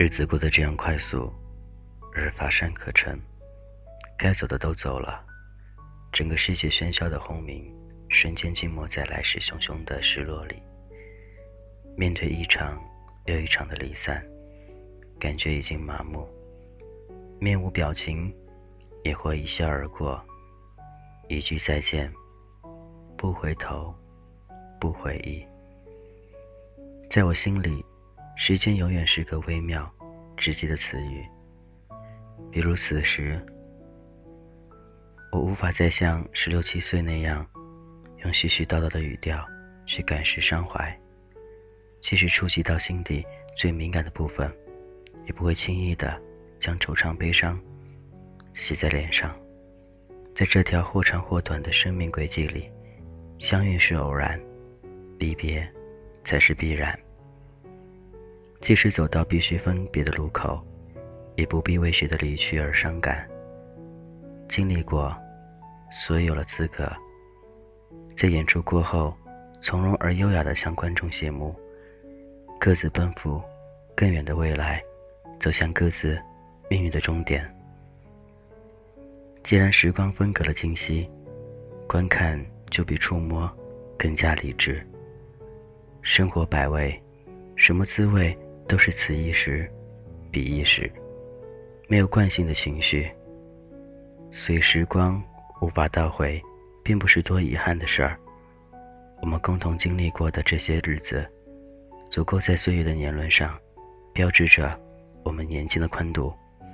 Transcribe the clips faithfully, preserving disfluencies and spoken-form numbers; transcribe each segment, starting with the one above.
日子过得这样快速，日乏山可成，该走的都走了，整个世界喧嚣的轰鸣瞬间浸没在来势汹汹的失落里。面对一场又一场的离散，感觉已经麻木，面无表情，也或一笑而过，一句再见，不回头，不回忆。在我心里，时间永远是个微妙直接的词语。比如此时，我无法再像十六七岁那样用絮絮叨叨的语调去感时伤怀，即使触及到心底最敏感的部分，也不会轻易地将惆怅悲伤写在脸上。在这条或长或短的生命轨迹里，相遇是偶然，离别才是必然。即使走到必须分别的路口，也不必为谁的离去而伤感。经历过，所以有了资格在演出过后从容而优雅地向观众谢幕，各自奔赴更远的未来，走向各自命运的终点。既然时光分隔了今夕，观看就比触摸更加理智。生活百味，什么滋味都是此一时彼一时，没有惯性的情绪。所以时光无法倒回，并不是多遗憾的事儿。我们共同经历过的这些日子，足够在岁月的年轮上标志着我们年轻的宽度。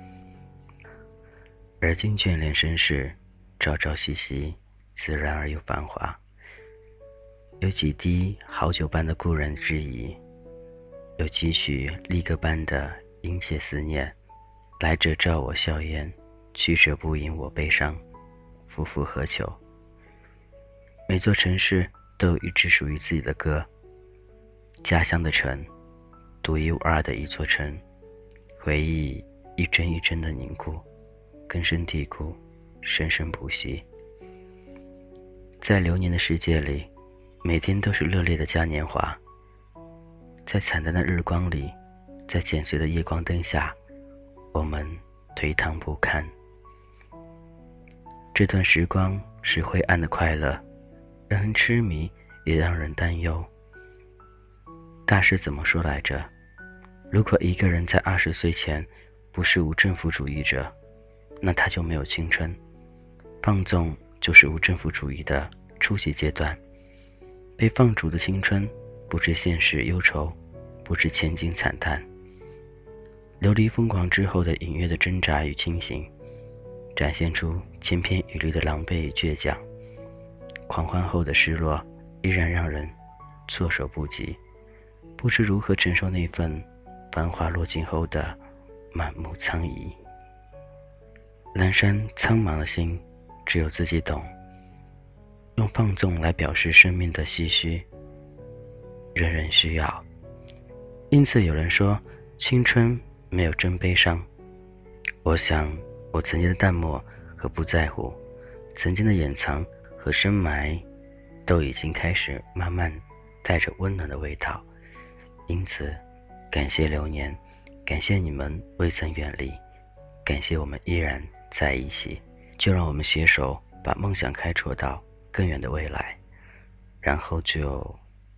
而今眷恋身世，朝朝夕夕，自然而又繁华。有几滴好酒般的故人之谊，有几许离歌般的殷切思念。来者照我笑颜，去者不引我悲伤，夫复何求？每座城市都有一支属于自己的歌，家乡的城，独一无二的一座城，回忆一帧一帧的凝固，根深蒂固，生生不息。在流年的世界里，每天都是热烈的嘉年华。在惨淡的日光里，在剪碎的夜光灯下，我们颓唐不堪。这段时光是灰暗的快乐，让人痴迷，也让人担忧。大师怎么说来着？如果一个人在二十岁前不是无政府主义者，那他就没有青春。放纵就是无政府主义的初级阶段。被放逐的青春，不知现实忧愁，不知前景惨淡。流离疯狂之后的隐约的挣扎与清醒，展现出千篇一律的狼狈与倔强。狂欢后的失落依然让人措手不及，不知如何承受那份繁华落尽后的满目苍夷。阑珊苍茫的心，只有自己懂。用放纵来表示生命的唏嘘，人人需要。因此有人说，青春没有真悲伤。我想，我曾经的淡漠和不在乎，曾经的掩藏和深埋，都已经开始慢慢带着温暖的味道。因此，感谢流年，感谢你们未曾远离，感谢我们依然在一起。就让我们携手把梦想开拓到更远的未来，然后就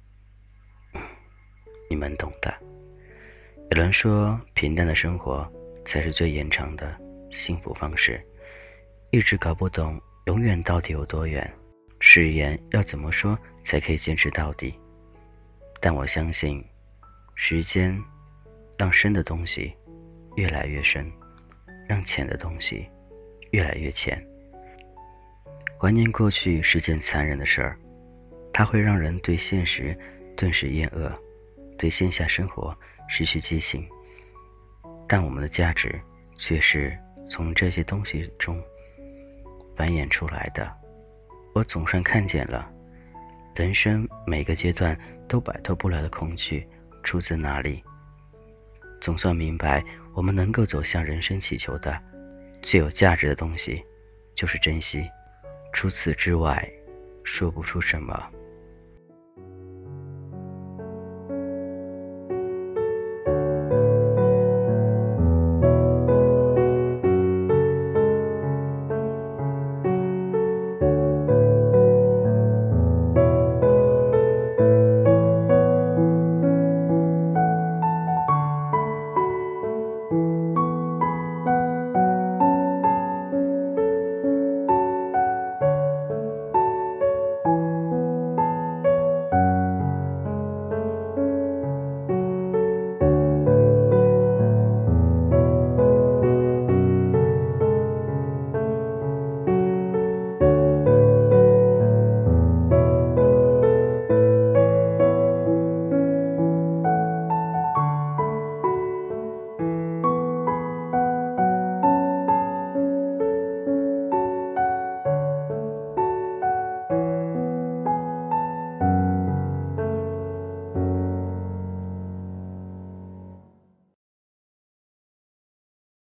你们懂的。有人说，平淡的生活才是最延长的幸福方式。一直搞不懂永远到底有多远，誓言要怎么说才可以坚持到底。但我相信，时间让深的东西越来越深，让浅的东西越来越浅。怀念过去是件残忍的事儿，它会让人对现实顿时厌恶，对线下生活失去激情。但我们的价值却是从这些东西中繁衍出来的。我总算看见了，人生每个阶段都摆脱不了的恐惧出自哪里。总算明白，我们能够走向人生祈求的最有价值的东西，就是珍惜。除此之外，说不出什么。